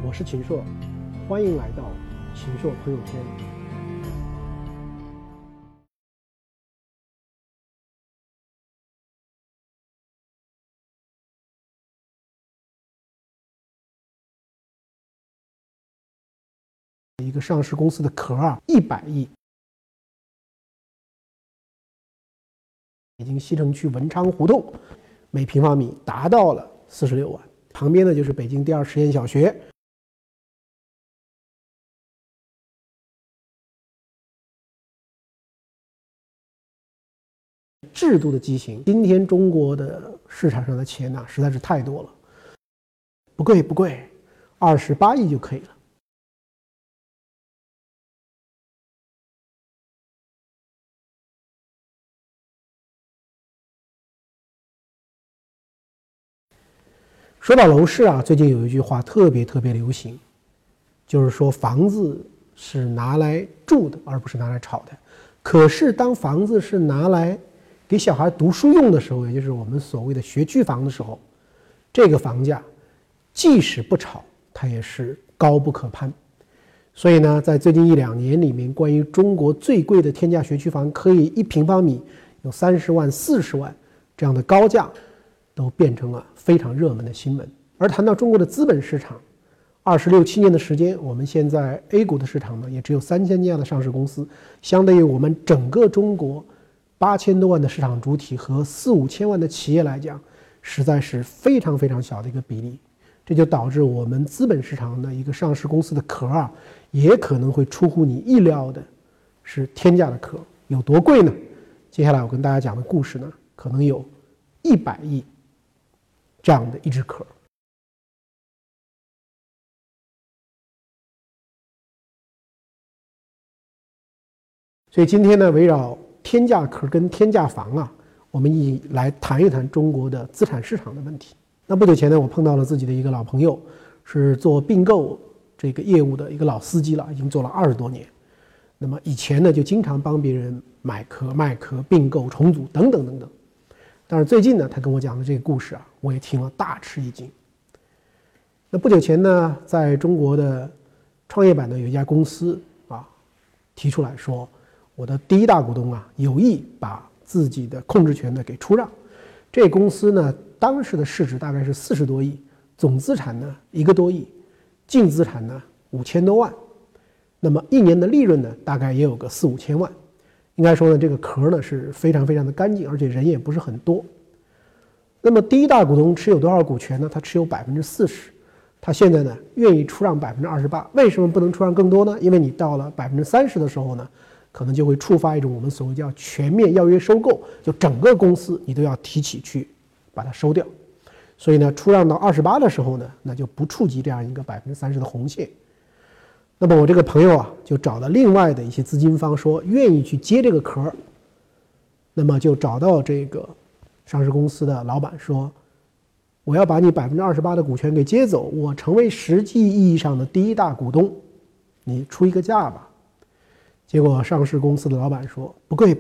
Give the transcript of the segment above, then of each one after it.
我是秦朔，欢迎来到秦朔朋友圈。一个上市公司的壳100亿，北京西城区文昌胡同，每平方米达到了46万。旁边呢就是北京第二实验小学。制度的畸形，今天中国的市场上的钱实在是太多了，不贵，28亿就可以了。说到楼市最近有一句话特别流行，就是说房子是拿来住的，而不是拿来炒的。可是当房子是拿来给小孩读书用的时候，也就是我们所谓的学区房的时候，这个房价即使不炒，它也是高不可攀。所以呢，在最近1-2年里面，关于中国最贵的天价学区房可以1平方米有30万、40万这样的高价，都变成了非常热门的新闻。而谈到中国的资本市场，26、7年的时间，我们现在 A 股的市场呢，也只有3000家的上市公司，相对于我们整个中国8000多万的市场主体和4、5千万的企业来讲，实在是非常小的一个比例。这就导致我们资本市场的一个上市公司的壳也可能会出乎你意料的是天价的壳。有多贵呢？接下来我跟大家讲的故事呢，可能有100亿这样的一只壳。所以今天呢，围绕天价壳跟天价房我们一起来谈一谈中国的资产市场的问题。那不久前呢，我碰到了自己的一个老朋友，是做并购这个业务的一个老司机了，已经做了20多年。那么以前呢，就经常帮别人买壳、卖壳、并购、重组等等。但是最近呢，他跟我讲的这个故事我也听了大吃一惊。那不久前呢，在中国的创业板呢，有一家公司提出来说，我的第一大股东有意把自己的控制权呢给出让。这公司呢，当时的市值大概是40多亿，总资产呢1个多亿，净资产呢5000多万。那么1年的利润呢，大概也有个4、5千万。应该说呢，这个壳呢是非常的干净，而且人也不是很多。那么第一大股东持有多少股权呢？他持有40%，他现在呢愿意出让28%。为什么不能出让更多呢？因为你到了30%的时候呢，可能就会触发一种我们所谓叫全面要约收购，就整个公司你都要提起去把它收掉。所以呢，出让到28%的时候呢，那就不触及这样一个30%的红线。那么我这个朋友就找了另外的一些资金方，说愿意去接这个壳。那么就找到这个上市公司的老板说，我要把你28%的股权给接走，我成为实际意义上的第一大股东，你出一个价吧。结果上市公司的老板说，不贵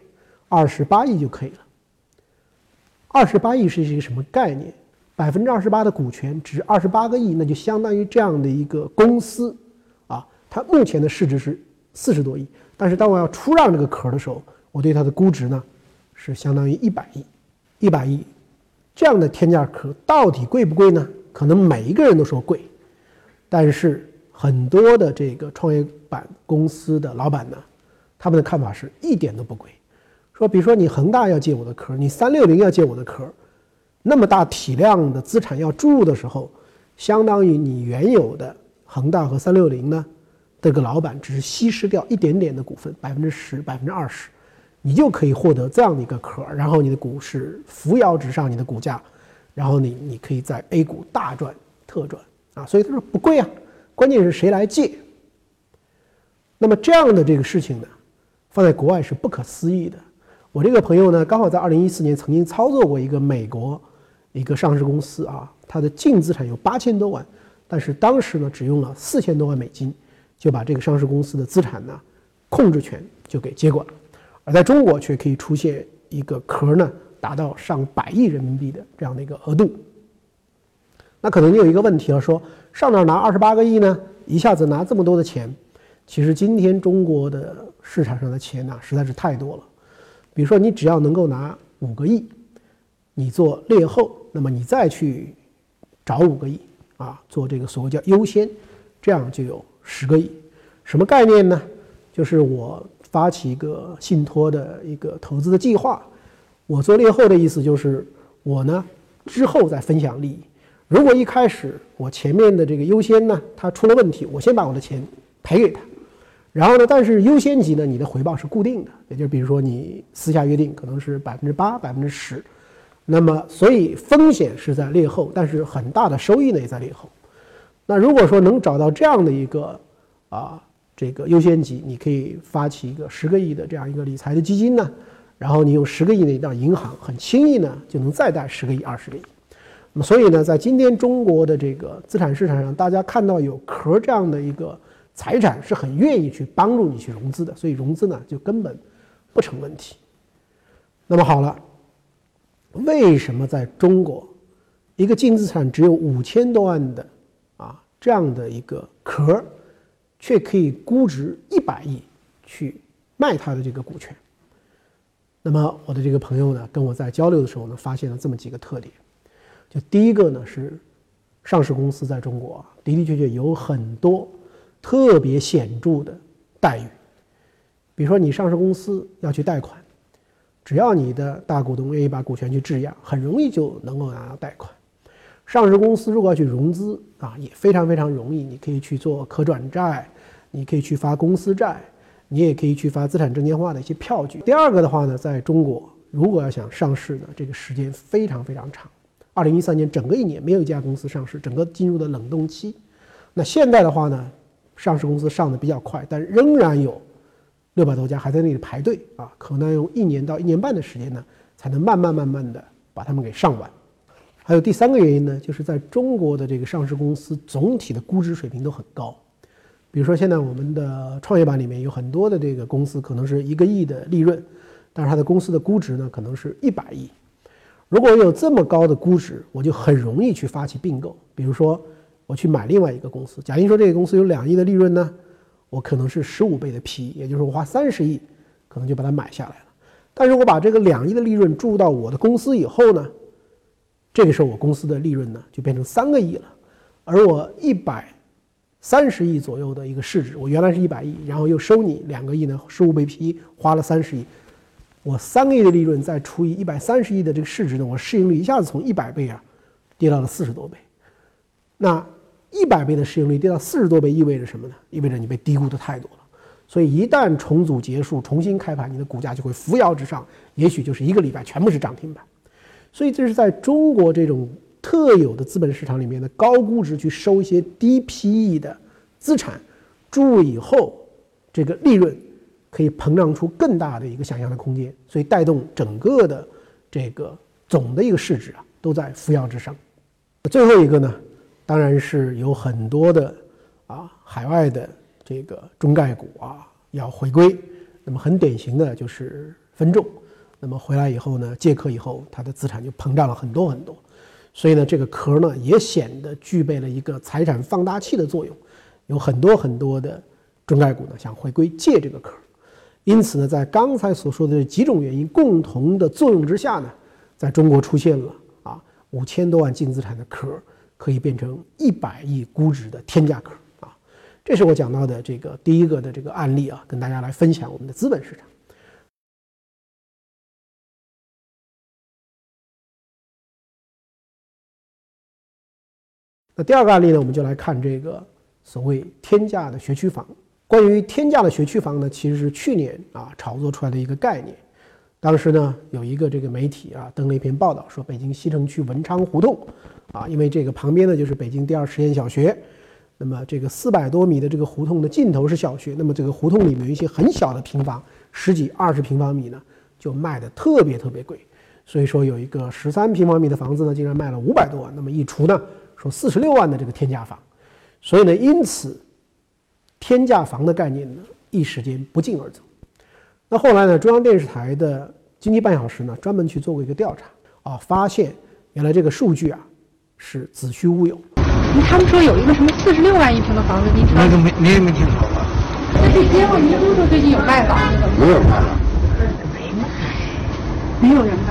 ，28亿就可以了。28亿是一个什么概念？28%的股权值28个亿，那就相当于这样的一个公司它目前的市值是40多亿，但是当我要出让这个壳的时候，我对它的估值呢是相当于100亿。100亿这样的天价壳到底贵不贵呢？可能每一个人都说贵，但是很多的这个创业板公司的老板呢，他们的看法是一点都不贵。说比如说你恒大要借我的壳，你360要借我的壳，那么大体量的资产要注入的时候，相当于你原有的恒大和360呢，这个老板只是稀释掉一点点的股份，10%、20%，你就可以获得这样的一个壳，然后你的股市扶摇直上，你的股价，然后你可以在 A 股大赚特赚所以他说不贵关键是谁来借。那么这样的这个事情呢，放在国外是不可思议的。我这个朋友呢，刚好在2014年曾经操作过一个美国一个上市公司它的净资产有8000多万，但是当时呢只用了4000多万美金，就把这个上市公司的资产呢控制权就给接管了。而在中国却可以出现一个壳呢达到上100亿人民币的这样的一个额度。 那可能你有一个问题了，说上哪拿28个亿呢？一下子拿这么多的钱？其实今天中国的市场上的钱呢，实在是太多了。比如说你只要能够拿5个亿，你做劣后，那么你再去找5个亿啊，做这个所谓叫优先，这样就有10个亿。什么概念呢？就是我发起一个信托的一个投资的计划，我做劣后的意思就是我呢之后再分享利益。如果一开始我前面的这个优先呢，它出了问题，我先把我的钱赔给他，然后呢，但是优先级呢，你的回报是固定的，也就是比如说你私下约定可能是8%、10%，那么所以风险是在劣后，但是很大的收益呢也在劣后。那如果说能找到这样的一个这个优先级，你可以发起一个10个亿的这样一个理财的基金呢，然后你用10个亿呢到银行，很轻易呢就能再贷10个亿、20个亿。那么所以呢，在今天中国的这个资产市场上，大家看到有壳这样的一个财产，是很愿意去帮助你去融资的，所以融资呢就根本不成问题。那么好了，为什么在中国一个净资产只有5000多万的这样的一个壳，却可以估值100亿去卖它的这个股权？那么我的这个朋友呢，跟我在交流的时候呢，发现了这么几个特点。就第一个呢，是上市公司在中国的确有很多特别显著的待遇。比如说你上市公司要去贷款，只要你的大股东愿意把股权去质押，很容易就能够拿到贷款。上市公司如果要去融资也非常非常容易，你可以去做可转债，你可以去发公司债，你也可以去发资产证券化的一些票据。第二个的话呢，在中国如果要想上市呢，这个时间非常非常长。2013年整个1年没有一家公司上市，整个进入了冷冻期。那现在的话呢，上市公司上的比较快，但仍然有600多家还在那里排队可能用1年到1年半的时间呢，才能慢慢的把它们给上完。还有第3个原因呢，就是在中国的这个上市公司总体的估值水平都很高。比如说现在我们的创业板里面有很多的这个公司可能是1个亿的利润，但是它的公司的估值呢可能是100亿。如果有这么高的估值，我就很容易去发起并购。比如说我去买另外一个公司，假定说这个公司有2亿的利润呢，我可能是15倍的 PE， 也就是我花30亿可能就把它买下来了。但是我把这个2亿的利润注入到我的公司以后呢，这个时候我公司的利润呢就变成3个亿了，而我130亿左右的一个市值，我原来是100亿，然后又收你2个亿呢，15倍 PE， 花了30亿，我3个亿的利润再除以130亿的这个市值呢，我市盈率一下子从100倍跌到了40多倍。那100倍的市盈率跌到40多倍意味着什么呢？意味着你被低估的太多了。所以一旦重组结束，重新开盘，你的股价就会扶摇直上，也许就是1个礼拜全部是涨停板。所以这是在中国这种特有的资本市场里面的高估值去收一些低 PE 的资产，注入以后，这个利润可以膨胀出更大的一个想象的空间，所以带动整个的这个总的一个市值都在扶摇直上。最后一个呢，当然是有很多的海外的这个中概股要回归，那么很典型的就是分众，那么回来以后呢，借壳以后，它的资产就膨胀了很多很多，所以呢，这个壳呢也显得具备了一个财产放大器的作用，有很多很多的中概股呢想回归借这个壳。因此呢，在刚才所说的这几种原因共同的作用之下呢，在中国出现了5000多万净资产的壳可以变成100亿估值的天价壳这是我讲到的这个第一个的这个案例跟大家来分享我们的资本市场。那第二个案例呢，我们就来看这个所谓天价的学区房。关于天价的学区房呢，其实是去年炒作出来的一个概念。当时呢，有一个这个媒体登了一篇报道，说北京西城区文昌胡同因为这个旁边呢就是北京第2实验小学，那么这个400多米的这个胡同的尽头是小学，那么这个胡同里面有一些很小的平房，10几20平方米呢，就卖的特别特别贵。所以说有一个13平方米的房子呢，竟然卖了500多万，那么一除呢，说46万的这个天价房。所以呢，因此天价房的概念呢，一时间不胫而走。那后来呢，中央电视台的经济半小时呢，专门去做过一个调查发现原来这个数据是子虚乌有。 他们说有一个什么46万一平的房子，您知道？ 那个你也没听说吧？ 那这街坊，您听说最近有卖房子的吗？ 没有卖了， 没有人卖。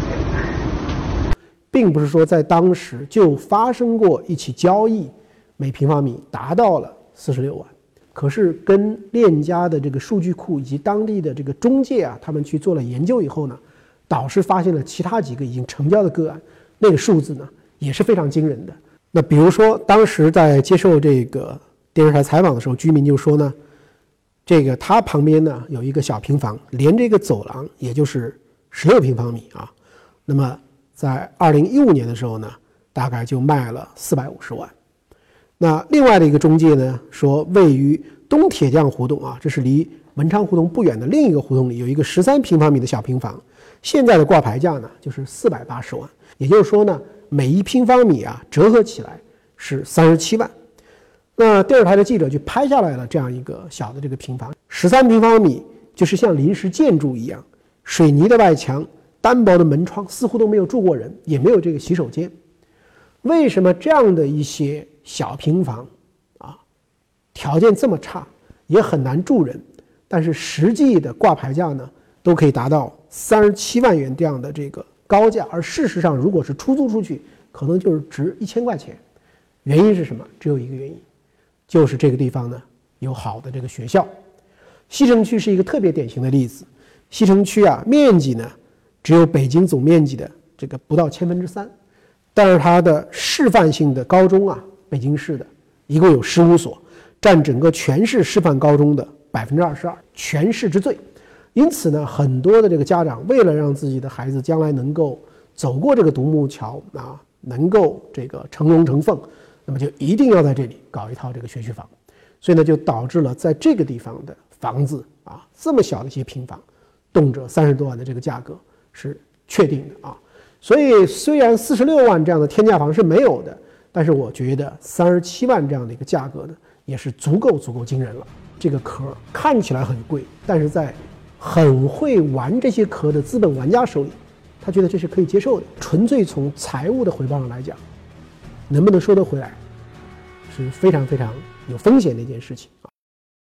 并不是说在当时就发生过一起交易，每平方米达到了46万。可是跟链家的这个数据库以及当地的这个中介啊，他们去做了研究以后呢，导师发现了其他几个已经成交的个案，那个数字呢也是非常惊人的。那比如说当时在接受这个电视台采访的时候，居民就说呢，这个他旁边呢有一个小平房，连这个走廊也就是16平方米啊，那么在2015年的时候呢，大概就卖了450万。那另外的一个中介呢说，位于东铁匠胡同啊，这是离文昌胡同不远的另一个胡同里，有一个13平方米的小平房，现在的挂牌价呢就是480万，也就是说呢，每一平方米啊折合起来是37万。那电视台的记者就拍下来了这样一个小的这个平房，13平方米，就是像临时建筑一样，水泥的外墙，单薄的门窗，似乎都没有住过人，也没有这个洗手间。为什么这样的一些小平房啊，条件这么差，也很难住人，但是实际的挂牌价呢，都可以达到37万元这样的这个高价，而事实上如果是出租出去，可能就是值1000块钱。原因是什么？只有一个原因，就是这个地方呢有好的这个学校。西城区是一个特别典型的例子，西城区啊面积呢只有北京总面积的这个不到3/1000，但是它的示范性的高中啊，北京市的一共有15所，占整个全市示范高中的22%，全市之最。因此呢，很多的这个家长为了让自己的孩子将来能够走过这个独木桥啊，能够这个成龙成凤，那么就一定要在这里搞一套这个学区房。所以呢，就导致了在这个地方的房子啊，这么小的一些平房，动辄30多万的这个价格是确定的啊。所以虽然46万这样的天价房是没有的，但是我觉得37万这样的一个价格呢，也是足够惊人了。这个壳看起来很贵，但是在很会玩这些壳的资本玩家手里，他觉得这是可以接受的。纯粹从财务的回报上来讲，能不能收得回来，是非常有风险的一件事情啊。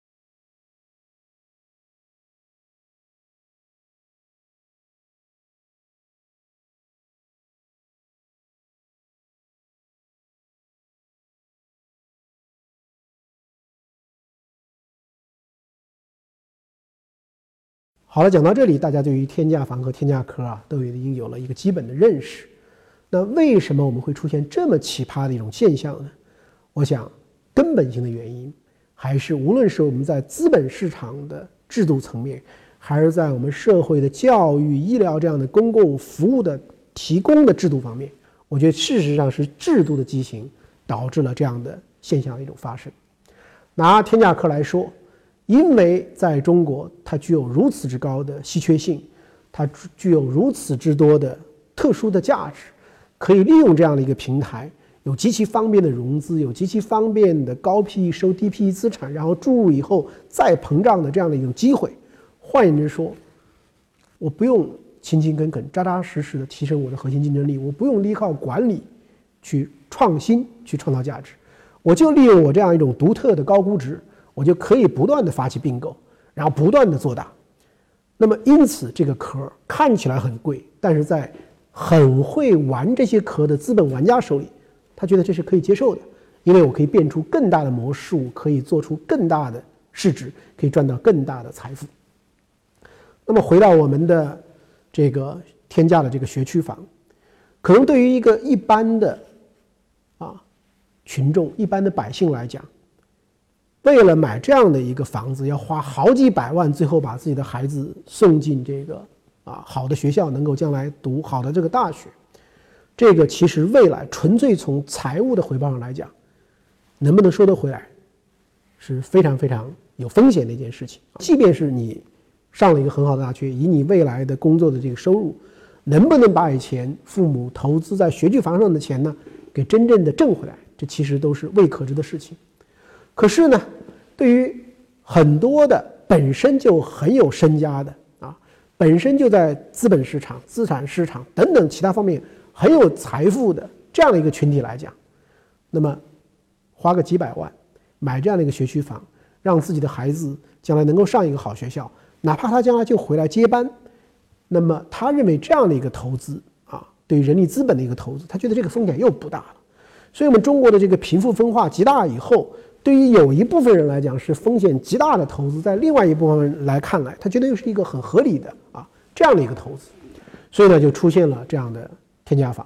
好了，讲到这里，大家对于天价房和天价壳啊，都已经有了一个基本的认识。那为什么我们会出现这么奇葩的一种现象呢？我想根本性的原因还是无论是我们在资本市场的制度层面，还是在我们社会的教育、医疗这样的公共服务的提供的制度方面，我觉得事实上是制度的畸形导致了这样的现象的一种发生。拿天价壳来说，因为在中国它具有如此之高的稀缺性，它具有如此之多的特殊的价值，可以利用这样的一个平台，有极其方便的融资，有极其方便的高 PE 收低 PE 资产，然后注入以后再膨胀的这样的一种机会。换言之说，我不用勤勤恳恳扎扎实实的提升我的核心竞争力，我不用依靠管理去创新去创造价值，我就利用我这样一种独特的高估值，我就可以不断的发起并购，然后不断的做大。那么因此这个壳看起来很贵，但是在很会玩这些壳的资本玩家手里，他觉得这是可以接受的，因为我可以变出更大的魔术，可以做出更大的市值，可以赚到更大的财富。那么回到我们的这个天价的这个学区房，可能对于一个一般的群众、一般的百姓来讲，为了买这样的一个房子，要花好几百万，最后把自己的孩子送进这个好的学校，能够将来读好的这个大学，这个其实未来纯粹从财务的回报上来讲，能不能收得回来，是非常有风险的一件事情。即便是你上了一个很好的大学，以你未来的工作的这个收入，能不能把以前父母投资在学区房上的钱呢，给真正的挣回来，这其实都是未可知的事情。可是呢，对于很多的本身就很有身家的本身就在资本市场、资产市场等等其他方面很有财富的这样的一个群体来讲，那么花个几百万买这样的一个学区房，让自己的孩子将来能够上一个好学校，哪怕他将来就回来接班，那么他认为这样的一个投资啊，对于人力资本的一个投资，他觉得这个风险又不大了。所以我们中国的这个贫富分化极大以后，对于有一部分人来讲是风险极大的投资，在另外一部分人来看来，他觉得又是一个很合理的这样的一个投资，所以呢就出现了这样的天价房。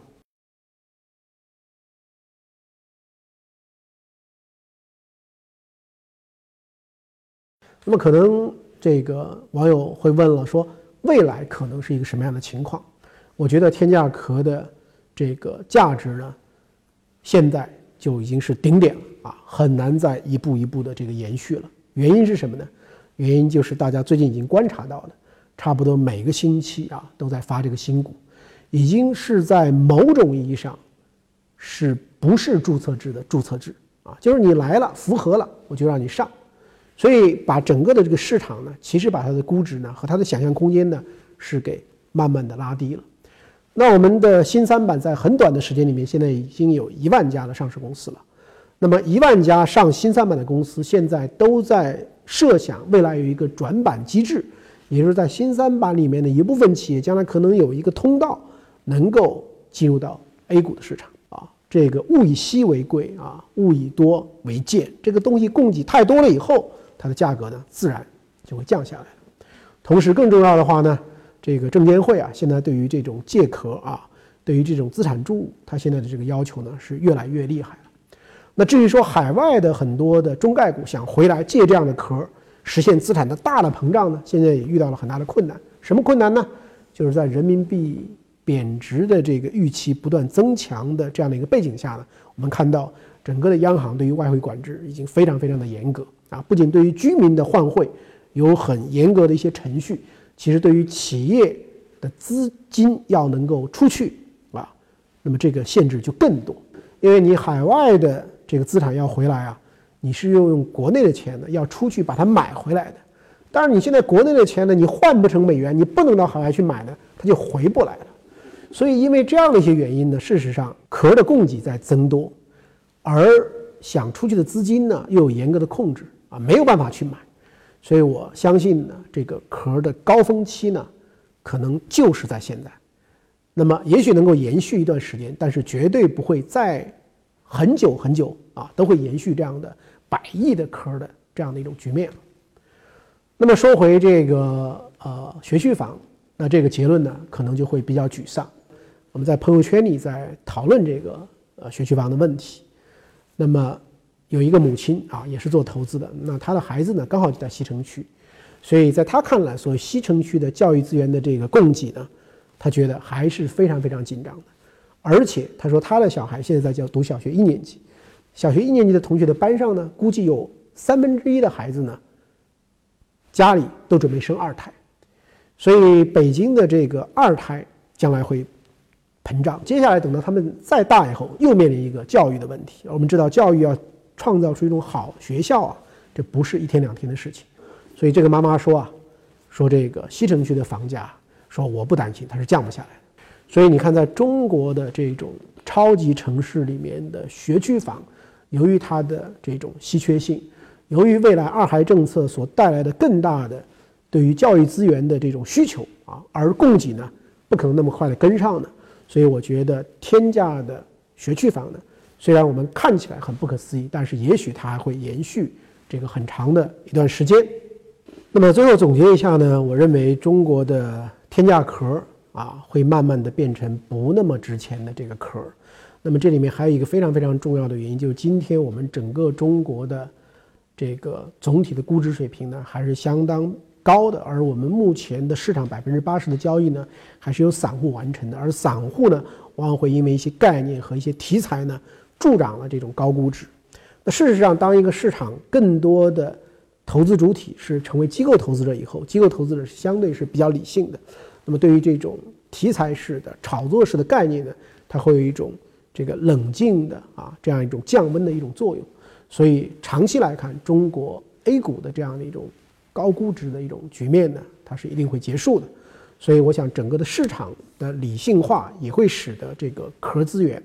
那么可能这个网友会问了，说未来可能是一个什么样的情况？我觉得天价壳的这个价值呢，现在就已经是顶点了很难再一步一步的这个延续了。原因是什么呢？原因就是大家最近已经观察到的，差不多每个星期都在发这个新股，已经是在某种意义上是不是注册制的注册制就是你来了符合了我就让你上，所以把整个的这个市场呢，其实把它的估值呢和它的想象空间呢是给慢慢的拉低了。那我们的新三板在很短的时间里面，现在已经有1万家的上市公司了。那么1万家上新三板的公司，现在都在设想未来有一个转板机制，也就是在新三板里面的一部分企业将来可能有一个通道能够进入到 A 股的市场这个物以稀为贵物以多为贱，这个东西供给太多了以后，它的价格呢自然就会降下来了。同时更重要的话呢，这个证监会现在对于这种借壳对于这种资产注入，它现在的这个要求呢是越来越厉害了。那至于说海外的很多的中概股想回来借这样的壳实现资产的大的膨胀呢，现在也遇到了很大的困难。什么困难呢？就是在人民币贬值的这个预期不断增强的这样的一个背景下呢，我们看到整个的央行对于外汇管制已经非常非常的严格不仅对于居民的换汇有很严格的一些程序，其实对于企业的资金要能够出去那么这个限制就更多。因为你海外的这个资产要回来你是用国内的钱呢要出去把它买回来的。当然你现在国内的钱呢，你换不成美元，你不能到海外去买呢，它就回不来了。所以因为这样的一些原因呢，事实上壳的供给在增多，而想出去的资金呢又有严格的控制没有办法去买。所以我相信呢，这个壳的高峰期呢可能就是在现在。那么也许能够延续一段时间，但是绝对不会再很久很久都会延续这样的100亿的壳的这样的一种局面。那么说回这个学区房，那这个结论呢可能就会比较沮丧。我们在朋友圈里在讨论这个学区房的问题，那么有一个母亲也是做投资的，那她的孩子呢刚好就在西城区，所以在她看来，所谓西城区的教育资源的这个供给呢，她觉得还是非常非常紧张的。而且她说她的小孩现在在读小学1年级，小学1年级的同学的班上呢，估计有1/3的孩子呢家里都准备生2胎，所以北京的这个2胎将来会膨胀。接下来等到他们再大以后，又面临一个教育的问题。我们知道教育要创造出一种好学校这不是1天2天的事情。所以这个妈妈说说这个西城区的房价，说我不担心，它是降不下来的。所以你看，在中国的这种超级城市里面的学区房，由于它的这种稀缺性，由于未来2孩政策所带来的更大的对于教育资源的这种需求而供给呢不可能那么快的跟上呢。所以我觉得天价的学区房呢，虽然我们看起来很不可思议，但是也许它还会延续这个很长的一段时间。那么最后总结一下呢，我认为中国的天价壳会慢慢的变成不那么值钱的这个壳。那么这里面还有一个非常非常重要的原因，就是今天我们整个中国的这个总体的估值水平呢还是相当高的，而我们目前的市场80%的交易呢还是由散户完成的，而散户呢往往会因为一些概念和一些题材呢助长了这种高估值。那事实上，当一个市场更多的投资主体是成为机构投资者以后，机构投资者是相对是比较理性的，那么对于这种题材式的炒作式的概念呢，它会有一种这个冷静的这样一种降温的一种作用。所以长期来看，中国 A 股的这样的一种高估值的一种局面呢，它是一定会结束的。所以我想整个的市场的理性化也会使得这个壳资源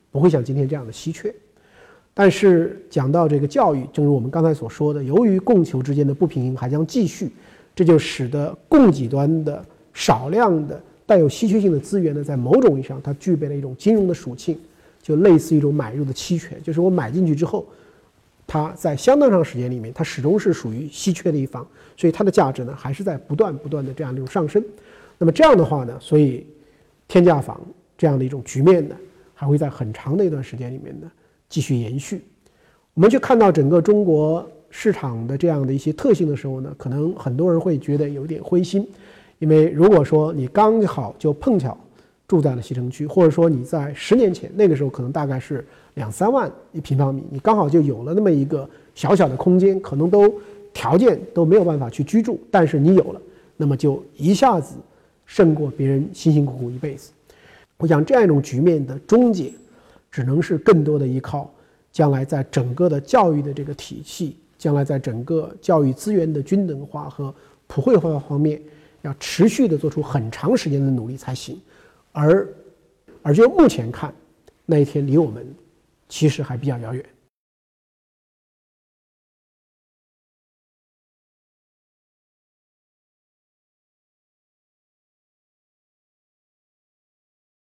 不会像今天这样的稀缺。但是讲到这个教育，正如我们刚才所说的，由于供求之间的不平衡还将继续，这就使得供给端的少量的带有稀缺性的资源呢，在某种意义上它具备了一种金融的属性，就类似于一种买入的期权，就是我买进去之后，它在相当长时间里面，它始终是属于稀缺的一方，所以它的价值呢还是在不断的这样的一种上升。那么这样的话呢，所以天价房这样的一种局面呢，还会在很长的一段时间里面呢继续延续。我们去看到整个中国市场的这样的一些特性的时候呢，可能很多人会觉得有点灰心，因为如果说你刚好就碰巧住在了西城区，或者说你在10年前那个时候可能大概是2-3万一平方米，你刚好就有了那么一个小小的空间，可能条件都没有办法去居住，但是你有了，那么就一下子胜过别人辛辛苦苦一辈子。我想这样一种局面的终结，只能是更多的依靠将来在整个的教育的这个体系，将来在整个教育资源的均等化和普惠化方面，要持续的做出很长时间的努力才行。而就目前看，那一天离我们其实还比较遥远。